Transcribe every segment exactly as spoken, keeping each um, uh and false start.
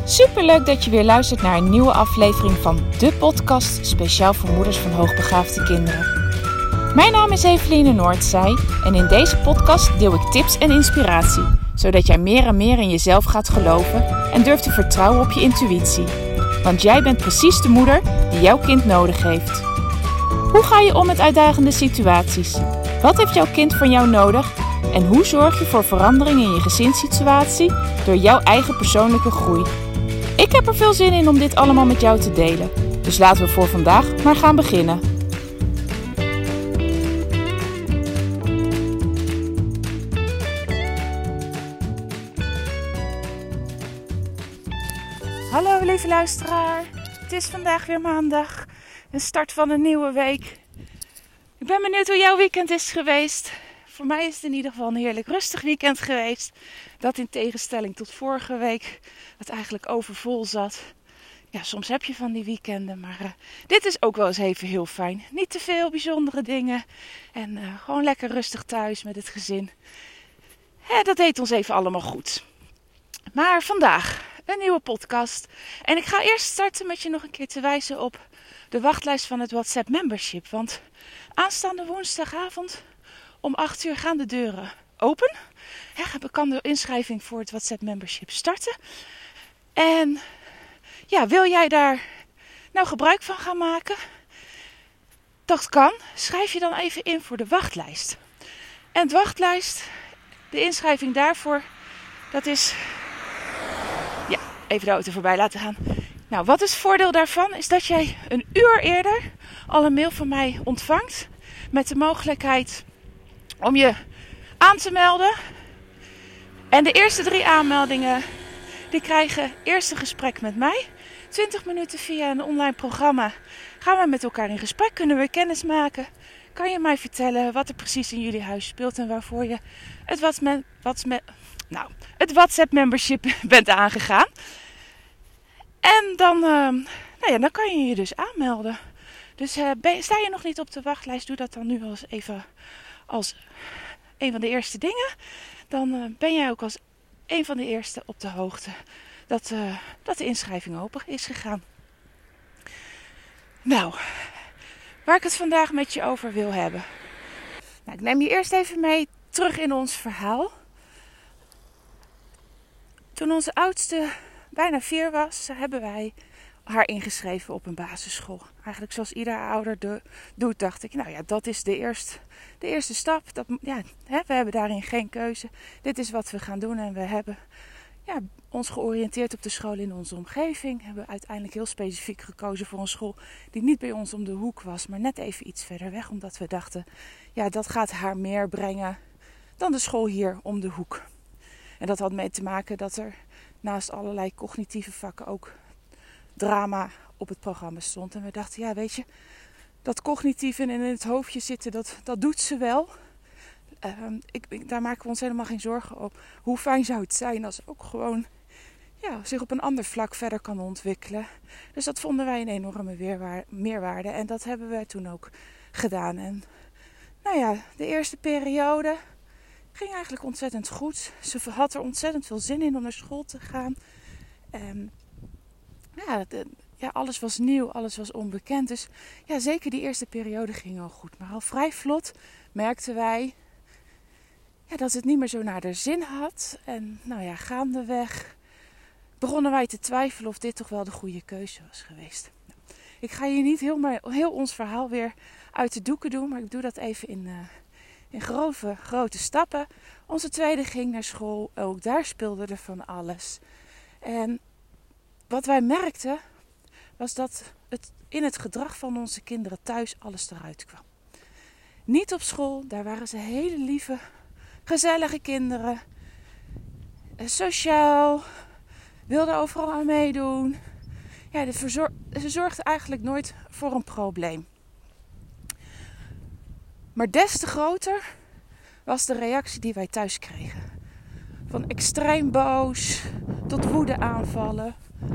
Superleuk dat je weer luistert naar een nieuwe aflevering van de podcast speciaal voor moeders van hoogbegaafde kinderen. Mijn naam is Eveline Noordzij en in deze podcast deel ik tips en inspiratie, zodat jij meer en meer in jezelf gaat geloven en durft te vertrouwen op je intuïtie. Want jij bent precies de moeder die jouw kind nodig heeft. Hoe ga je om met uitdagende situaties? Wat heeft jouw kind van jou nodig? En hoe zorg je voor verandering in je gezinssituatie door jouw eigen persoonlijke groei? Ik heb er veel zin in om dit allemaal met jou te delen. Dus laten we voor vandaag maar gaan beginnen. Hallo lieve luisteraar. Het is vandaag weer maandag. Een start van een nieuwe week. Ik ben benieuwd hoe jouw weekend is geweest. Voor mij is het in ieder geval een heerlijk rustig weekend geweest. Dat in tegenstelling tot vorige week, wat eigenlijk overvol zat. Ja, soms heb je van die weekenden, maar uh, dit is ook wel eens even heel fijn. Niet te veel bijzondere dingen en uh, gewoon lekker rustig thuis met het gezin. Ja, dat deed ons even allemaal goed. Maar vandaag een nieuwe podcast. En ik ga eerst starten met je nog een keer te wijzen op de wachtlijst van het WhatsApp membership. Want aanstaande woensdagavond om acht uur gaan de deuren open. Ja, kan de inschrijving voor het WhatsApp membership starten. En ja, wil jij daar nou gebruik van gaan maken? Dat kan. Schrijf je dan even in voor de wachtlijst. En de wachtlijst, de inschrijving daarvoor, dat is... Ja, even de auto voorbij laten gaan. Nou, wat is het voordeel daarvan? Is dat jij een uur eerder al een mail van mij ontvangt met de mogelijkheid om je aan te melden. En de eerste drie aanmeldingen, die krijgen eerst een gesprek met mij. twintig minuten via een online programma gaan we met elkaar in gesprek. Kunnen we kennis maken. Kan je mij vertellen wat er precies in jullie huis speelt en waarvoor je het, WhatsApp, WhatsApp, nou, het WhatsApp membership bent aangegaan. En dan, uh, nou ja, dan kan je je dus aanmelden. Dus uh, ben, sta je nog niet op de wachtlijst, doe dat dan nu wel eens even als een van de eerste dingen. Dan uh, ben jij ook als een van de eerste op de hoogte dat, uh, dat de inschrijving open is gegaan. Nou, waar ik het vandaag met je over wil hebben. Nou, ik neem je eerst even mee terug in ons verhaal. Toen onze oudste bijna vier was, hebben wij haar ingeschreven op een basisschool. Eigenlijk zoals ieder ouder de, doet, dacht ik. Nou ja, dat is de eerste, de eerste stap. Dat, ja, hè, we hebben daarin geen keuze. Dit is wat we gaan doen en we hebben ja, ons georiënteerd op de school in onze omgeving. We hebben uiteindelijk heel specifiek gekozen voor een school die niet bij ons om de hoek was, maar net even iets verder weg. Omdat we dachten, ja, dat gaat haar meer brengen dan de school hier om de hoek. En dat had mee te maken dat er naast allerlei cognitieve vakken ook drama op het programma stond. En we dachten, ja weet je, dat cognitief en in het hoofdje zitten, dat, dat doet ze wel. Uh, ik, ik, daar maken we ons helemaal geen zorgen op. Hoe fijn zou het zijn als ze ook gewoon ja, zich op een ander vlak verder kan ontwikkelen. Dus dat vonden wij een enorme weerwaar, meerwaarde. En dat hebben we toen ook gedaan. En nou ja, de eerste periode ging eigenlijk ontzettend goed. Ze had er ontzettend veel zin in om naar school te gaan. En ja, de, ja, alles was nieuw, alles was onbekend. Dus ja, zeker die eerste periode ging al goed. Maar al vrij vlot merkten wij ja, dat het niet meer zo naar de zin had. En nou ja, gaandeweg begonnen wij te twijfelen of dit toch wel de goede keuze was geweest. Nou, ik ga hier niet heel, heel ons verhaal weer uit de doeken doen, maar ik doe dat even in, uh, in grove, grote stappen. Onze tweede ging naar school, ook daar speelde er van alles. En wat wij merkten was dat het in het gedrag van onze kinderen thuis alles eruit kwam. Niet op school, daar waren ze hele lieve, gezellige kinderen. Sociaal, wilden overal aan meedoen. Ja, de verzor- ze zorgden eigenlijk nooit voor een probleem. Maar des te groter was de reactie die wij thuis kregen. Van extreem boos tot woede aanvallen.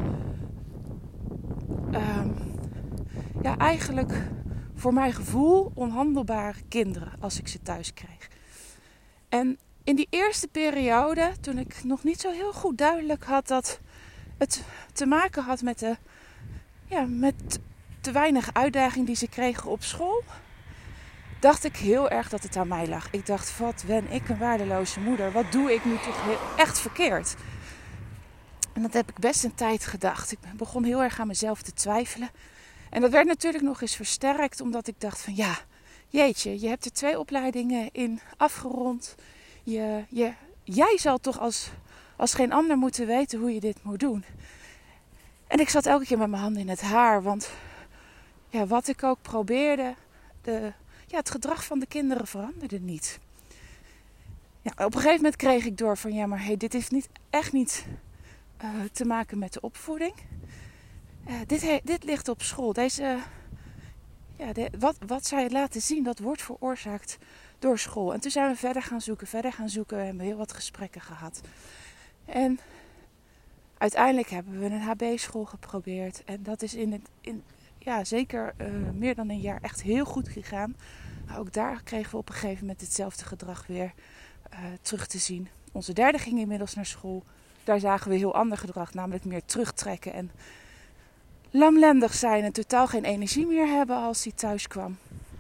Um, ja, eigenlijk voor mijn gevoel onhandelbare kinderen als ik ze thuis kreeg. En in die eerste periode, toen ik nog niet zo heel goed duidelijk had dat het te maken had met, de, ja, met te weinig uitdaging die ze kregen op school, dacht ik heel erg dat het aan mij lag. Ik dacht, wat ben ik een waardeloze moeder. Wat doe ik nu toch heel, echt verkeerd? En dat heb ik best een tijd gedacht. Ik begon heel erg aan mezelf te twijfelen. En dat werd natuurlijk nog eens versterkt, omdat ik dacht van ja, jeetje, je hebt er twee opleidingen in afgerond. Je, je, jij zal toch als, als geen ander moeten weten hoe je dit moet doen. En ik zat elke keer met mijn handen in het haar, want ja, wat ik ook probeerde, de, ja, het gedrag van de kinderen veranderde niet. Ja, op een gegeven moment kreeg ik door van ja, maar hey, dit heeft niet, echt niet uh, te maken met de opvoeding. Uh, dit, he, dit ligt op school. Deze, uh, ja, de, wat, wat zij laten zien, dat wordt veroorzaakt door school. En toen zijn we verder gaan zoeken, verder gaan zoeken. We hebben heel wat gesprekken gehad. En uiteindelijk hebben we een H B-school geprobeerd. En dat is in het, in, ja, zeker uh, meer dan een jaar echt heel goed gegaan. Maar ook daar kregen we op een gegeven moment hetzelfde gedrag weer uh, terug te zien. Onze derde ging inmiddels naar school. Daar zagen we heel ander gedrag, namelijk meer terugtrekken en lamlendig zijn en totaal geen energie meer hebben als hij thuis kwam.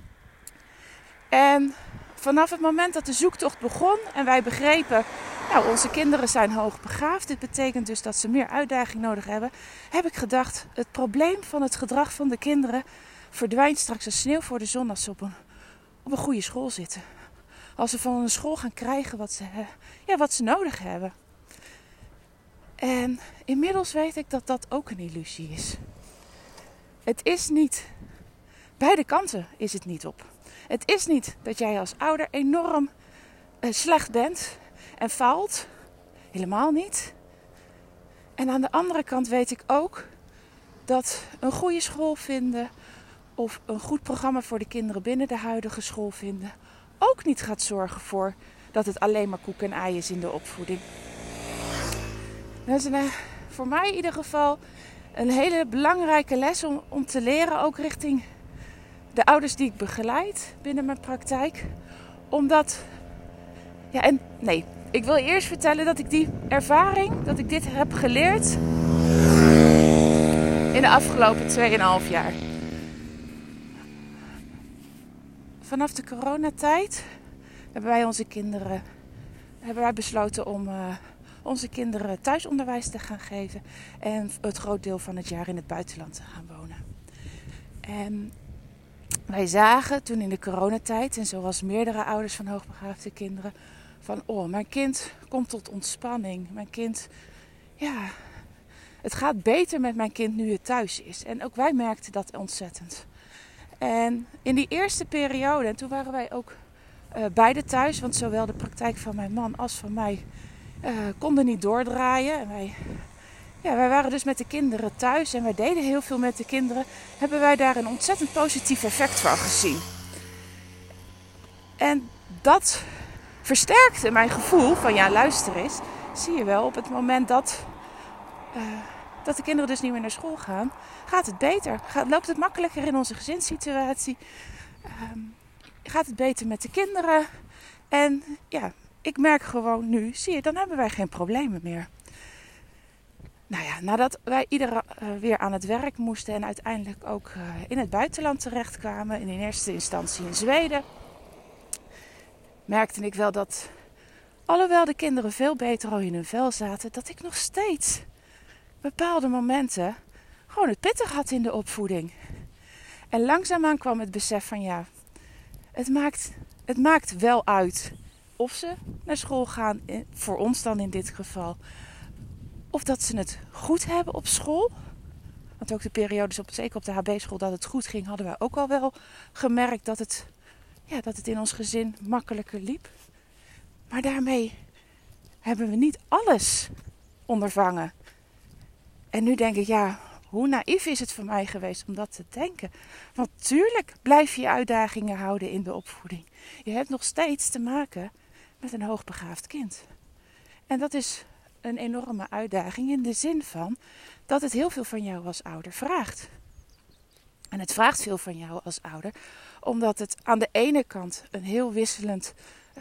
En vanaf het moment dat de zoektocht begon en wij begrepen, nou, onze kinderen zijn hoogbegaafd, dit betekent dus dat ze meer uitdaging nodig hebben, heb ik gedacht, het probleem van het gedrag van de kinderen verdwijnt straks als sneeuw voor de zon als ze op een, op een goede school zitten. Als ze van een school gaan krijgen wat ze, ja, wat ze nodig hebben. En inmiddels weet ik dat dat ook een illusie is. Het is niet, beide kanten is het niet op. Het is niet dat jij als ouder enorm uh, slecht bent en faalt. Helemaal niet. En aan de andere kant weet ik ook dat een goede school vinden of een goed programma voor de kinderen binnen de huidige school vinden ook niet gaat zorgen voor dat het alleen maar koek en ei is in de opvoeding. Dat is een, voor mij in ieder geval een hele belangrijke les om, om te leren, ook richting de ouders die ik begeleid binnen mijn praktijk. Omdat, ja en nee, ik wil eerst vertellen dat ik die ervaring, dat ik dit heb geleerd in de afgelopen twee en een half jaar. Vanaf de coronatijd hebben wij onze kinderen, hebben wij besloten om uh, onze kinderen thuisonderwijs te gaan geven en het groot deel van het jaar in het buitenland te gaan wonen. En wij zagen toen in de coronatijd, en zoals meerdere ouders van hoogbegaafde kinderen, van oh, mijn kind komt tot ontspanning. Mijn kind, ja, het gaat beter met mijn kind nu het thuis is. En ook wij merkten dat ontzettend. En in die eerste periode, en toen waren wij ook uh, beide thuis, want zowel de praktijk van mijn man als van mij uh, konden niet doordraaien. En wij, ja, wij waren dus met de kinderen thuis en wij deden heel veel met de kinderen. Hebben wij daar een ontzettend positief effect van gezien. En dat versterkte mijn gevoel van ja, luister eens. Zie je wel, op het moment dat, uh, dat de kinderen dus niet meer naar school gaan, gaat het beter. Gaat, loopt het makkelijker in onze gezinssituatie. Um, gaat het beter met de kinderen. En ja, ik merk gewoon nu, zie je, dan hebben wij geen problemen meer. Nou ja, nadat wij ieder uh, weer aan het werk moesten en uiteindelijk ook uh, in het buitenland terechtkwamen, en in eerste instantie in Zweden, merkte ik wel dat, alhoewel de kinderen veel beter al in hun vel zaten, dat ik nog steeds bepaalde momenten gewoon het pittig had in de opvoeding. En langzaamaan kwam het besef van ja, het maakt, het maakt wel uit of ze naar school gaan, voor ons dan in dit geval, of dat ze het goed hebben op school. Want ook de periodes, op, zeker op de H B-school, dat het goed ging, hadden wij ook al wel gemerkt dat het, ja, dat het in ons gezin makkelijker liep. Maar daarmee hebben we niet alles ondervangen. En nu denk ik, ja, hoe naïef is het voor mij geweest om dat te denken. Want tuurlijk blijf je uitdagingen houden in de opvoeding. Je hebt nog steeds te maken met een hoogbegaafd kind. En dat is een enorme uitdaging in de zin van dat het heel veel van jou als ouder vraagt. En het vraagt veel van jou als ouder, omdat het aan de ene kant een heel wisselend uh,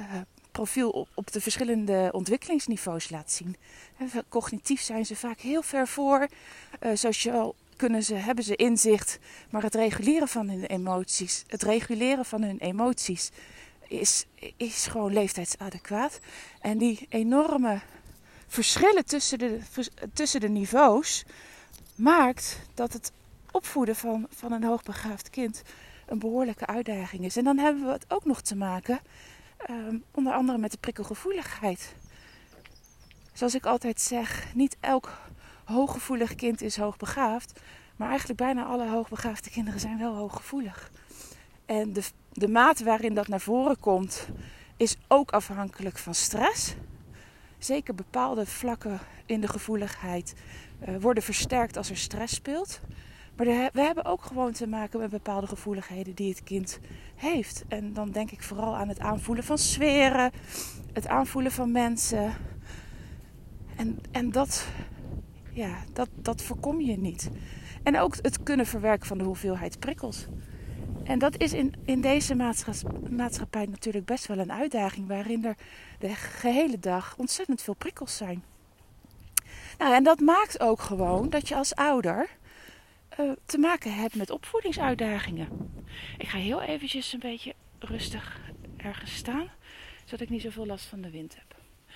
profiel op, op de verschillende ontwikkelingsniveaus laat zien. Cognitief zijn ze vaak heel ver voor. Uh, sociaal kunnen ze, hebben ze inzicht. Maar het reguleren van hun emoties, het reguleren van hun emoties is, is gewoon leeftijdsadequaat. En die enorme verschillen tussen de, tussen de niveaus maakt dat het opvoeden van, van een hoogbegaafd kind een behoorlijke uitdaging is. En dan hebben we het ook nog te maken, um, onder andere met de prikkelgevoeligheid. Zoals ik altijd zeg, niet elk hooggevoelig kind is hoogbegaafd, maar eigenlijk bijna alle hoogbegaafde kinderen zijn wel hooggevoelig. En de, de mate waarin dat naar voren komt, is ook afhankelijk van stress. Zeker bepaalde vlakken in de gevoeligheid uh, worden versterkt als er stress speelt. Maar de, we hebben ook gewoon te maken met bepaalde gevoeligheden die het kind heeft. En dan denk ik vooral aan het aanvoelen van sferen, het aanvoelen van mensen. En, en dat, ja, dat, dat voorkom je niet. En ook het kunnen verwerken van de hoeveelheid prikkels. En dat is in, in deze maatschappij natuurlijk best wel een uitdaging, waarin er de gehele dag ontzettend veel prikkels zijn. Nou, en dat maakt ook gewoon dat je als ouder uh, te maken hebt met opvoedingsuitdagingen. Ik ga heel eventjes een beetje rustig ergens staan, zodat ik niet zoveel last van de wind heb.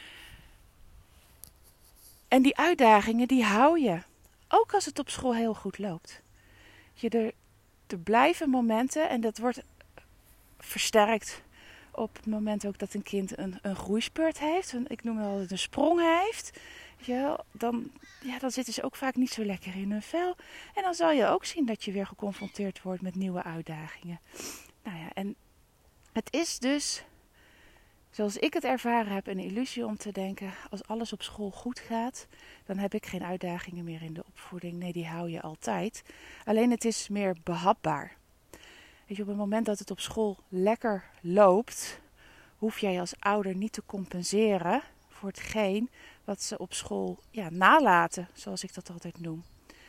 En die uitdagingen, die hou je, ook als het op school heel goed loopt. Je er, er blijven momenten, en dat wordt versterkt op het moment ook dat een kind een, een groeispurt heeft. Een, ik noem het altijd een sprong heeft. Ja, dan, ja, dan zitten ze ook vaak niet zo lekker in hun vel. En dan zal je ook zien dat je weer geconfronteerd wordt met nieuwe uitdagingen. Nou ja, en het is dus, zoals ik het ervaren heb, een illusie om te denken, als alles op school goed gaat, dan heb ik geen uitdagingen meer in de opvoeding. Nee, die hou je altijd. Alleen het is meer behapbaar. Weet je, op het moment dat het op school lekker loopt, hoef jij als ouder niet te compenseren voor hetgeen wat ze op school ja, nalaten, zoals ik dat altijd noem.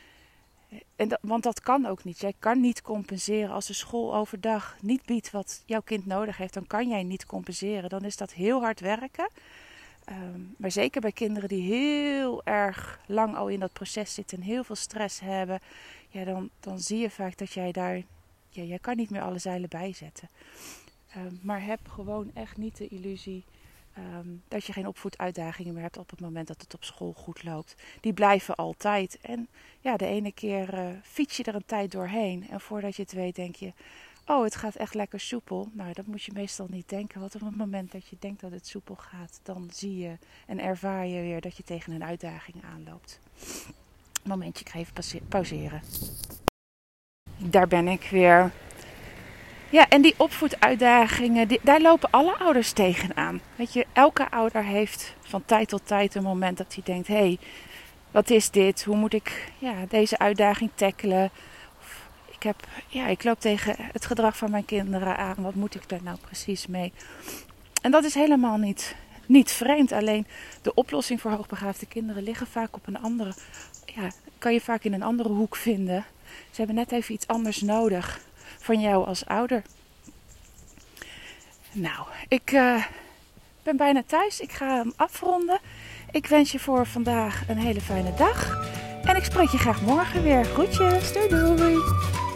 En dat, want dat kan ook niet. Jij kan niet compenseren als de school overdag niet biedt wat jouw kind nodig heeft. Dan kan jij niet compenseren. Dan is dat heel hard werken. Um, maar zeker bij kinderen die heel erg lang al in dat proces zitten en heel veel stress hebben, ja, dan, dan zie je vaak dat jij daar, ja, jij kan niet meer alle zeilen bijzetten. Um, maar heb gewoon echt niet de illusie Um, dat je geen opvoeduitdagingen meer hebt op het moment dat het op school goed loopt. Die blijven altijd. En ja, de ene keer uh, fiets je er een tijd doorheen. En voordat je het weet denk je, oh, het gaat echt lekker soepel. Nou, dat moet je meestal niet denken. Want op het moment dat je denkt dat het soepel gaat, dan zie je en ervaar je weer dat je tegen een uitdaging aanloopt. Een momentje, ik ga even pauzeren. Daar ben ik weer. Ja, en die opvoeduitdagingen, die, daar lopen alle ouders tegenaan. Weet je, elke ouder heeft van tijd tot tijd een moment dat hij denkt, hé, hey, wat is dit? Hoe moet ik ja, deze uitdaging tackelen? Of, ik, heb, ja, ik loop tegen het gedrag van mijn kinderen aan. Wat moet ik daar nou precies mee? En dat is helemaal niet, niet vreemd. Alleen de oplossing voor hoogbegaafde kinderen liggen vaak op een andere, ja, kan je vaak in een andere hoek vinden. Ze hebben net even iets anders nodig van jou als ouder. Nou, ik uh, ben bijna thuis. Ik ga hem afronden. Ik wens je voor vandaag een hele fijne dag. En ik spreek je graag morgen weer. Groetjes. Doei doei.